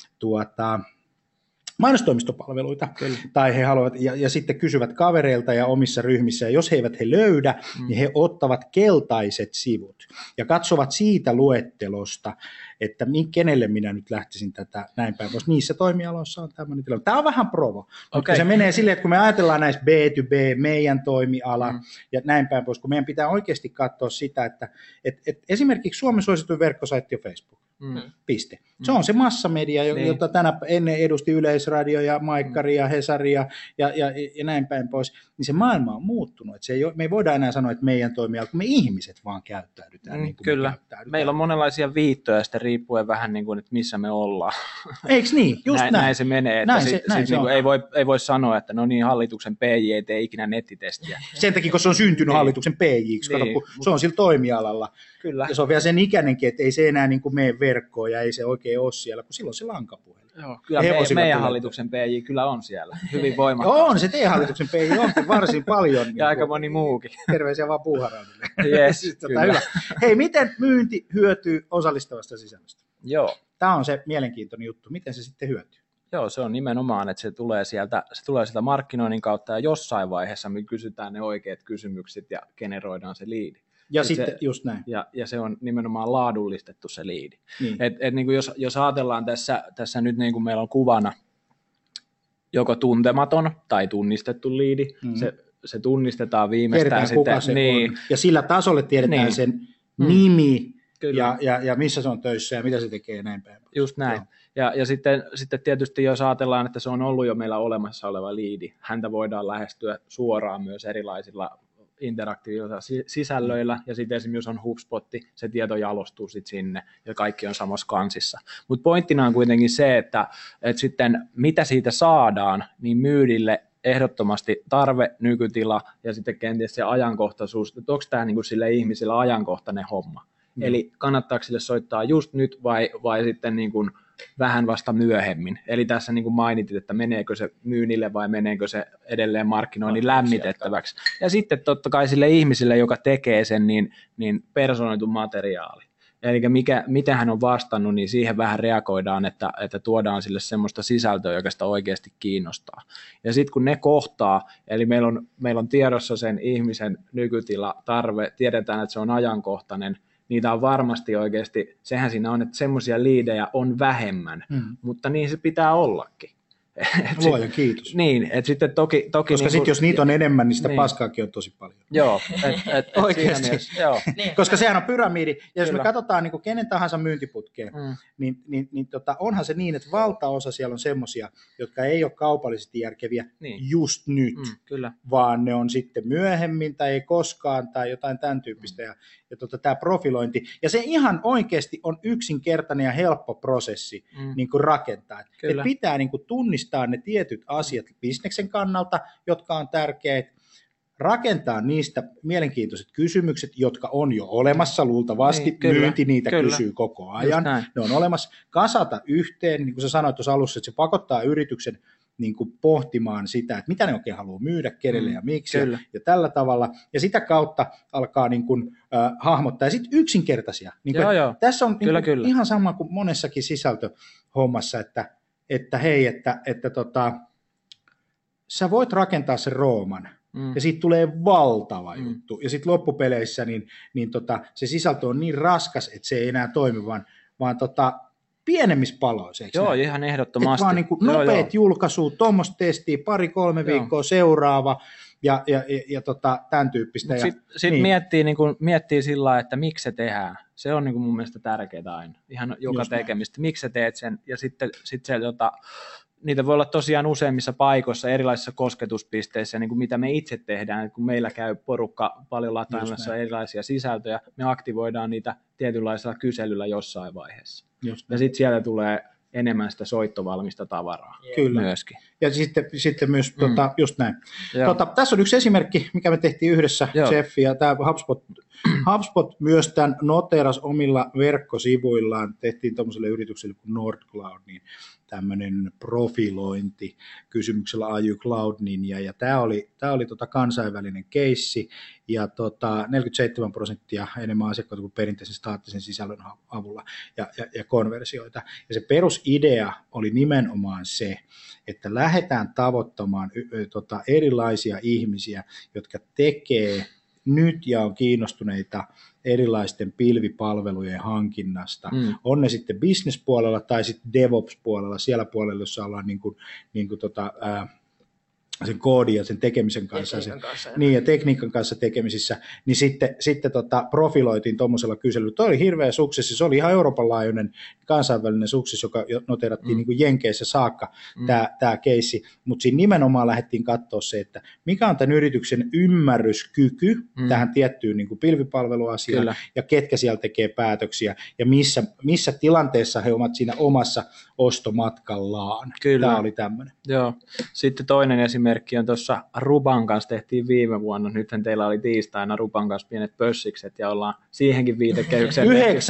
mainostoimistopalveluita, tai he haluavat, ja sitten kysyvät kavereilta ja omissa ryhmissä, ja jos he eivät löydä, niin he ottavat keltaiset sivut, ja katsovat siitä luettelosta, että kenelle minä nyt lähtisin tätä näin päin, koska niissä toimialoissa on tämmöinen tilanne. Tämä on vähän provo, mutta se menee silleen, että kun me ajatellaan näissä B2B, meidän toimiala ja näin päin pois, kun meidän pitää oikeasti katsoa sitä, että esimerkiksi Suomen suosituin verkkosaitti on Facebook. Piste. Se on se massamedia, jota ennen edusti Yleisradio ja Maikkari ja Hesari ja näin päin pois, niin se maailma on muuttunut. Me ei voida enää sanoa, että meidän toimiala, kun me ihmiset vaan käyttäydytään niin kuin kyllä. Meillä on monenlaisia viittoja sitten riippuen vähän niin kuin, että missä me ollaan. Eikö niin? Just näin. Näin se menee. Että ei voi sanoa, että no niin, hallituksen PJ ei tee ikinä nettitestiä. Sen takia, kun se on syntynyt hallituksen PJiksi, kun se on sillä toimialalla. Kyllä. Ja se on vielä sen ikäinenkin, että ei se enää niin kuin mene verkkoon ja ei se oikein ole siellä, kun silloin se lankapuhelin. Joo, kyllä meidän hallituksen PJ kyllä on siellä, hyvin voimakkaasti. On, se teidän hallituksen PJ onkin varsin paljon. Ja aika moni muukin. Terveisiä vaan Puuharaudille. Yes, hyvä. Hei, miten myynti hyötyy osallistavasta sisällöstä? Joo. Tämä on se mielenkiintoinen juttu. Miten se sitten hyötyy? Joo, se on nimenomaan, että se tulee sieltä markkinoinnin kautta ja jossain vaiheessa me kysytään ne oikeat kysymykset ja generoidaan se liidi. Ja sitten just näin. Ja se on nimenomaan laadullistettu se liidi. Niin. Niin kuin jos ajatellaan tässä nyt niin kuin meillä on kuvana joko tuntematon tai tunnistettu liidi, se tunnistetaan viimeistään sitten. Kuka se on. Ja sillä tasolle tiedetään sen nimi, ja missä se on töissä ja mitä se tekee ja näin päin. Just näin. Ja sitten tietysti jos ajatellaan, että se on ollut jo meillä olemassa oleva liidi, häntä voidaan lähestyä suoraan myös erilaisilla interaktiivisilla sisällöillä, ja sitten esimerkiksi jos on HubSpotti, se tieto jalostuu sitten sinne, ja kaikki on samassa kansissa. Mutta pointtina on kuitenkin se, että sitten mitä siitä saadaan, niin myydille ehdottomasti tarve, nykytila, ja sitten kenties se ajankohtaisuus, että onko tämä niinku sille ihmiselle ajankohtainen homma. Eli kannattaako sille soittaa just nyt, vai sitten niinku vähän vasta myöhemmin. Eli tässä niin kuin mainitit, että meneekö se myynnille vai meneekö se edelleen markkinoinnin lämmitettäväksi. Ja sitten totta kai sille ihmiselle, joka tekee sen, niin personoitu materiaali. Eli miten hän on vastannut, niin siihen vähän reagoidaan, että tuodaan sille semmoista sisältöä, joka sitä oikeasti kiinnostaa. Ja sitten kun ne kohtaa, eli meillä on tiedossa sen ihmisen nykytila, tarve, tiedetään, että se on ajankohtainen, niitä on varmasti oikeasti, sehän siinä on, että semmoisia liidejä on vähemmän, mutta niin se pitää ollakin. Luojan kiitos. Niin, että sitten toki koska niin sitten jos niitä on enemmän, niin sitä paskaakin on tosi paljon. Joo, oikeasti. Koska sehän on pyramidi, ja jos me katsotaan niin kuin kenen tahansa myyntiputkeen, niin onhan se niin, että valtaosa siellä on semmoisia, jotka ei ole kaupallisesti järkeviä just nyt, kyllä. Vaan ne on sitten myöhemmin tai ei koskaan tai jotain tämän tyyppistä. Ja tämä profilointi, ja se ihan oikeasti on yksinkertainen ja helppo prosessi niin kuin rakentaa. Et pitää niin kuin tunnistaa ne tietyt asiat bisneksen kannalta, jotka on tärkeät, rakentaa niistä mielenkiintoiset kysymykset, jotka on jo olemassa luultavasti, myynti niitä kysyy koko ajan, ne on olemassa, kasata yhteen, niin kuin sä sanoit tuossa alussa, että se pakottaa yrityksen niin kuin pohtimaan sitä, että mitä ne oikein haluaa myydä, kenelle ja miksi, ja tällä tavalla, ja sitä kautta alkaa niin kuin, hahmottaa, ja sitten yksinkertaisia. Niin kuin, tässä on niin kuin, ihan sama kuin monessakin sisältöhommassa, että hei, että sä voit rakentaa sen Rooman, ja siitä tulee valtava juttu, ja sitten loppupeleissä niin se sisältö on niin raskas, että se ei enää toimi, vaan pienemmissä paloissa. Joo, ihan ehdottomasti. Vaan niin nopeat julkaisut, tuommoista testiä, 2-3 viikkoa seuraava, ja tämän tyyppistä. Sitten miettii sillä lailla, että miksi se tehdään. Se on niin kuin mun mielestä tärkeää aina, ihan joka tekemistä. Miksi sä teet sen, ja sitten se, niitä voi olla tosiaan useimmissa paikoissa, erilaisissa kosketuspisteissä, niin kuin mitä me itse tehdään, kun meillä käy porukka paljon lataamassa erilaisia sisältöjä, me aktivoidaan niitä tietynlaisella kyselyllä jossain vaiheessa. Ja sitten siellä tulee enemmän sitä soittovalmista tavaraa myöskin. Ja sitten myös just näin. Tässä on yksi esimerkki, mikä me tehtiin yhdessä, Jeff, ja tämä HubSpot myös tämän noteras omilla verkkosivuillaan, tehtiin tuollaiselle yritykselle kuin Nordcloud, niin tämmöinen profilointi kysymyksellä Are you Cloud Ninja, ja tämä oli kansainvälinen keissi, ja 47% enemmän asiakkaita kuin perinteisen staattisen sisällön avulla ja konversioita. Ja se perusidea oli nimenomaan se, että lähdetään tavoittamaan erilaisia ihmisiä, jotka tekee nyt ja on kiinnostuneita erilaisten pilvipalvelujen hankinnasta. On ne sitten business-puolella tai sitten DevOps-puolella, siellä puolella, jossa ollaan sen koodin ja sen tekemisen kanssa, ja tekniikan kanssa tekemisissä, niin sitten profiloitiin tuommoisella kyselyllä. Tuo oli hirveä suksessi, se oli ihan Euroopan laajuinen kansainvälinen suksessi, joka noterattiin niin kuin Jenkeissä saakka tämä keissi, mutta siinä nimenomaan lähdettiin katsoa se, että mikä on tämän yrityksen ymmärryskyky tähän tiettyyn niin kuin pilvipalveluasiaan, ja ketkä siellä tekee päätöksiä, ja missä tilanteessa he ovat siinä omassa ostomatkallaan. Tämä oli tämmöinen. Joo. Sitten toinen esimerkki on tuossa Ruban kanssa, tehtiin viime vuonna, nythän teillä oli tiistaina Ruban kanssa pienet pössikset, ja ollaan siihenkin viitekehykseen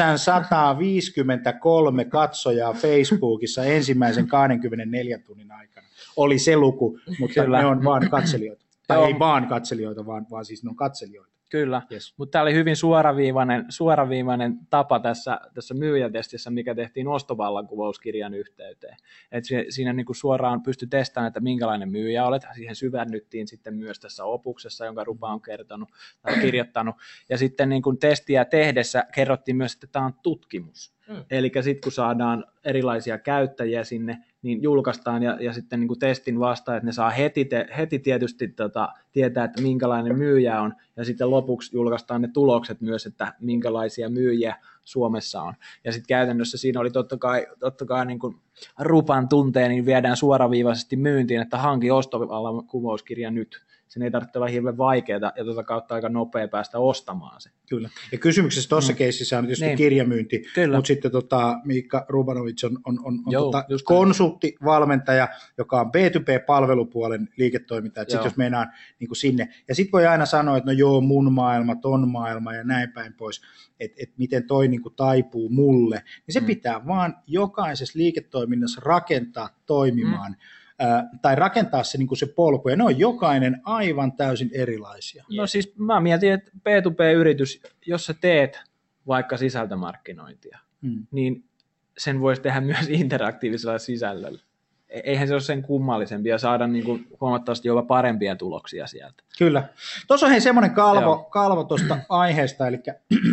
953 katsojaa Facebookissa ensimmäisen 24 tunnin aikana. Oli se luku, mutta ne on vaan katselijoita. Tai ei vaan katselijoita, vaan siis ne on katselijoita. Kyllä, mutta tämä oli hyvin suoraviivainen tapa tässä myyjätestissä, mikä tehtiin ostovallankuvauskirjan yhteyteen. Et siinä niin kuin suoraan pystyi testaamaan, että minkälainen myyjä olet. Siihen syvennyttiin sitten myös tässä opuksessa, jonka Ruba on kirjoittanut. Ja sitten niin kuin testiä tehdessä kerrottiin myös, että tämä on tutkimus. Eli sitten kun saadaan erilaisia käyttäjiä sinne, niin julkaistaan ja sitten niin kuin testin vastaan, että ne saa heti tietysti tietää, että minkälainen myyjä on, ja sitten lopuksi julkaistaan ne tulokset myös, että minkälaisia myyjiä Suomessa on. Ja sitten käytännössä siinä oli totta kai niin kuin rupan tunteen, niin viedään suoraviivaisesti myyntiin, että hanki ostovallan kuvauskirja nyt. Sen ei tarvitse olla hirveän vaikeaa ja tuota kautta aika nopea päästä ostamaan se. Kyllä. Ja kysymyksessä tuossa keississä on tietysti kirjamyynti, mutta sitten Miikka Rubanovic on konsulttivalmentaja, joka on B2B-palvelupuolen liiketoiminta. Sitten jos meinaan niin kuin sinne, ja sitten voi aina sanoa, että no joo, mun maailma, ton maailma ja näin päin pois, että miten toi niin kuin taipuu mulle, niin se pitää vaan jokaisessa liiketoiminnassa rakentaa toimimaan. Tai rakentaa se, niin kuin se polku, ja ne on jokainen aivan täysin erilaisia. No siis mä mietin, että B2B-yritys, jos sä teet vaikka sisältömarkkinointia, niin sen voisi tehdä myös interaktiivisella sisällöllä. Eihän se ole sen kummallisempi ja saada niin kuin huomattavasti jopa parempia tuloksia sieltä. Kyllä. Tuossa on hei semmoinen kalvo tuosta aiheesta, eli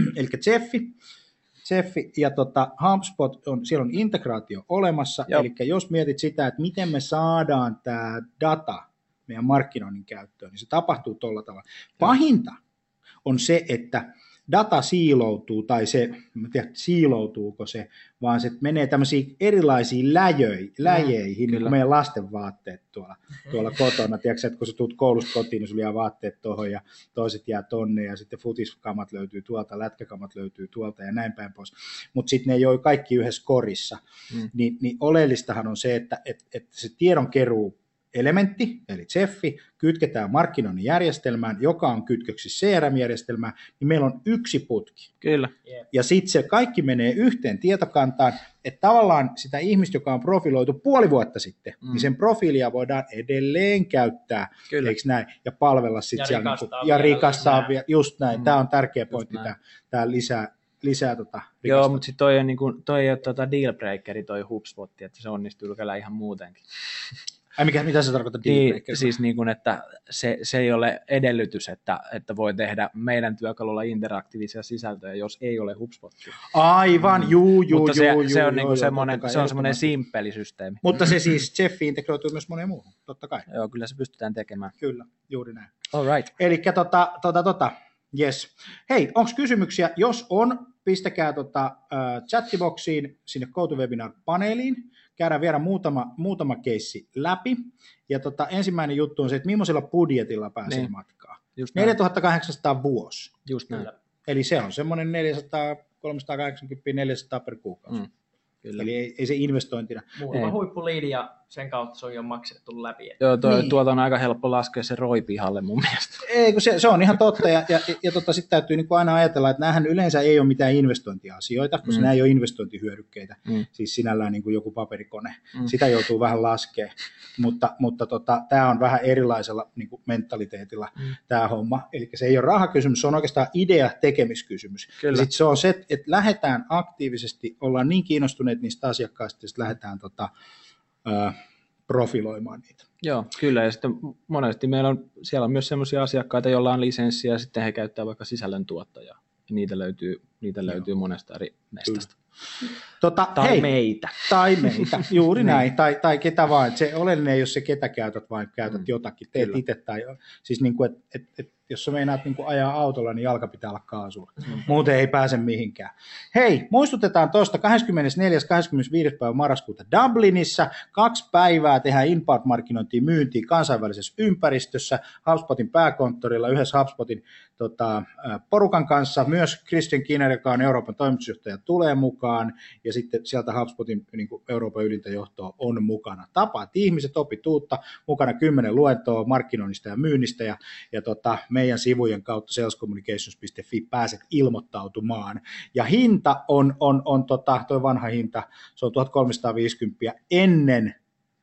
Jeffi ja HubSpot, siellä on integraatio olemassa, eli jos mietit sitä, että miten me saadaan tämä data meidän markkinoinnin käyttöön, niin se tapahtuu tuolla tavalla. Pahinta on se, että data siiloutuu, tai se, en tiedä siiloutuuko se, vaan se menee tämmöisiin erilaisiin läjeihin, niin kuin meidän lasten vaatteet tuolla kotona. Tiedätkö, että kun sä tulet koulusta kotiin, niin sulla jää vaatteet tuohon ja toiset jää tonne ja sitten futiskamat löytyy tuolta, lätkäkamat löytyy tuolta ja näin päin pois. Mutta sitten ne ei ole kaikki yhdessä korissa. Niin oleellistahan on se, että se tiedonkeruu elementti, eli Jeffi, kytketään markkinoinnin järjestelmään, joka on kytköksissä CRM-järjestelmään, niin meillä on yksi putki. Kyllä. Ja sitten se kaikki menee yhteen tietokantaan, että tavallaan sitä ihmistä, joka on profiloitu puoli vuotta sitten, niin sen profiilia voidaan edelleen käyttää, eikö näin, ja palvella sitten siellä, ja rikastaa vielä, just näin, tämä on tärkeä pointti, tämä lisää Joo, mutta sitten toi ei ole dealbreakeri, toi HubSpot, että se onnistuu kyllä ihan muutenkin. Mitä se tarkoittaa dealbreaker? Siis niin kuin, että se ei ole edellytys, että voi tehdä meidän työkalulla interaktiivisia sisältöjä, jos ei ole HubSpotia. Aivan, Mutta se on niinku semmoinen simppeli systeemi. Mutta se siis Jeffi integroituu myös moneen muuhun, totta kai. Joo, kyllä se pystytään tekemään. Kyllä, juuri näin. All right. Elikkä yes. Hei, onko kysymyksiä? Jos on, pistäkää chattiboxiin sinne GoToWebinar-paneeliin. Käydään vielä muutama keissi läpi. Ja ensimmäinen juttu on se, että millaisella budjetilla pääsee matkaan. 4800 vuosi. Just näin. Eli se on semmoinen 380-400 per kuukausi. Kyllä. Eli ei se investointina. Muutama huippuliidi ja sen kautta se on jo maksettu läpi. Joo, tuolta on aika helppo laskea se ROI pihalle mun mielestä. Ei, kun se on ihan totta. Ja sitten täytyy niin kuin aina ajatella, että näähän yleensä ei ole mitään investointiasioita, koska nämä ei ole investointihyödykkeitä. Siis sinällään niin kuin joku paperikone. Sitä joutuu vähän laskemaan. Mutta tämä on vähän erilaisella niin kuin mentaliteetilla tämä homma. Eli se ei ole rahakysymys, se on oikeastaan idea-tekemiskysymys. Sitten se on se, että lähdetään aktiivisesti, ollaan niin kiinnostuneet niistä asiakkaista, että lähdetään profiloimaan niitä. Joo, kyllä. Ja sitten monesti siellä on myös sellaisia asiakkaita, joilla on lisenssiä, ja sitten he käyttävät vaikka sisällöntuottajaa. Niitä löytyy monesta eri mestasta. Tai meitä. Tai meitä, juuri näin. Tai ketä vaan. Se oleellinen ei ole se, ketä käytät, vaan käytät jotakin. Teet itse. Siis niin kuin, jos sä meinaat niin kuin ajaa autolla, niin jalka pitää olla kaasulla. Muuten ei pääse mihinkään. Hei, muistutetaan tuosta 24. 25. päivä marraskuuta Dublinissa. 2 päivää tehdään inbound-markkinointia myyntiin kansainvälisessä ympäristössä HubSpotin pääkonttorilla yhdessä HubSpotin porukan kanssa. Myös Christian Kinner, joka on Euroopan toimitusjohtaja, tulee mukaan. Ja sitten sieltä HubSpotin niin kuin Euroopan ylintä johtoa on mukana. Tapaat ihmiset, opit uutta, mukana 10 luentoa markkinoinnista ja myynnistä ja meidän sivujen kautta salescommunications.fi pääset ilmoittautumaan. Ja hinta on toi vanha hinta, se on 1350 ennen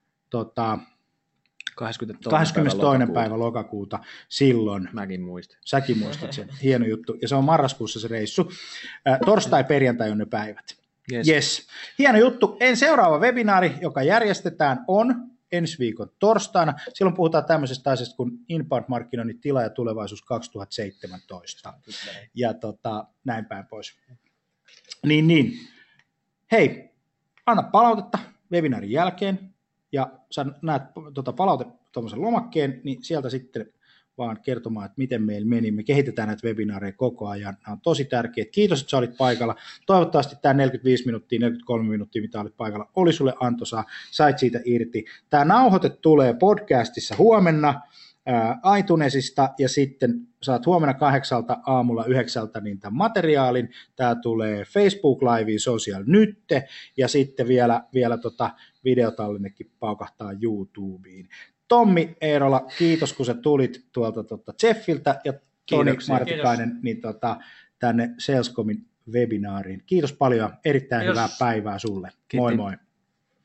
22. päivä lokakuuta silloin. Mäkin muistin. Säkin muistat sen, hieno juttu. Ja se on marraskuussa se reissu. Torstai, perjantai on ne päivät. Yes. Hieno juttu. Seuraava webinaari, joka järjestetään, on ensi viikon torstaina. Silloin puhutaan tämmöisestä asiasta kuin inbound-markkinoinnin tila ja tulevaisuus 2017. Ja näin päin pois. Niin. Hei, anna palautetta webinaarin jälkeen, ja sä näet palaute tuommoisen lomakkeen, niin sieltä sitten vaan kertomaan, että miten meillä meni. Me kehitetään näitä webinaareja koko ajan. Nämä on tosi tärkeät. Kiitos, että sä olit paikalla. Toivottavasti tämä 45 minuuttia, 43 minuuttia, mitä olit paikalla, oli sulle antoisaa. Sait siitä irti. Tämä nauhoite tulee podcastissa huomenna iTunesista, ja sitten saat huomenna 8 aamulla 9 niin tämän materiaalin. Tämä tulee Facebook Liveen Social Nytte, ja sitten vielä videotallennekin paukahtaa YouTubeen. Tommi Eerola, kiitos kun sä tulit tuolta Jeffiltä, ja Toni Martikainen niin tänne Salescomin webinaariin. Kiitos paljon, erittäin hyvää päivää sulle. Moi moi.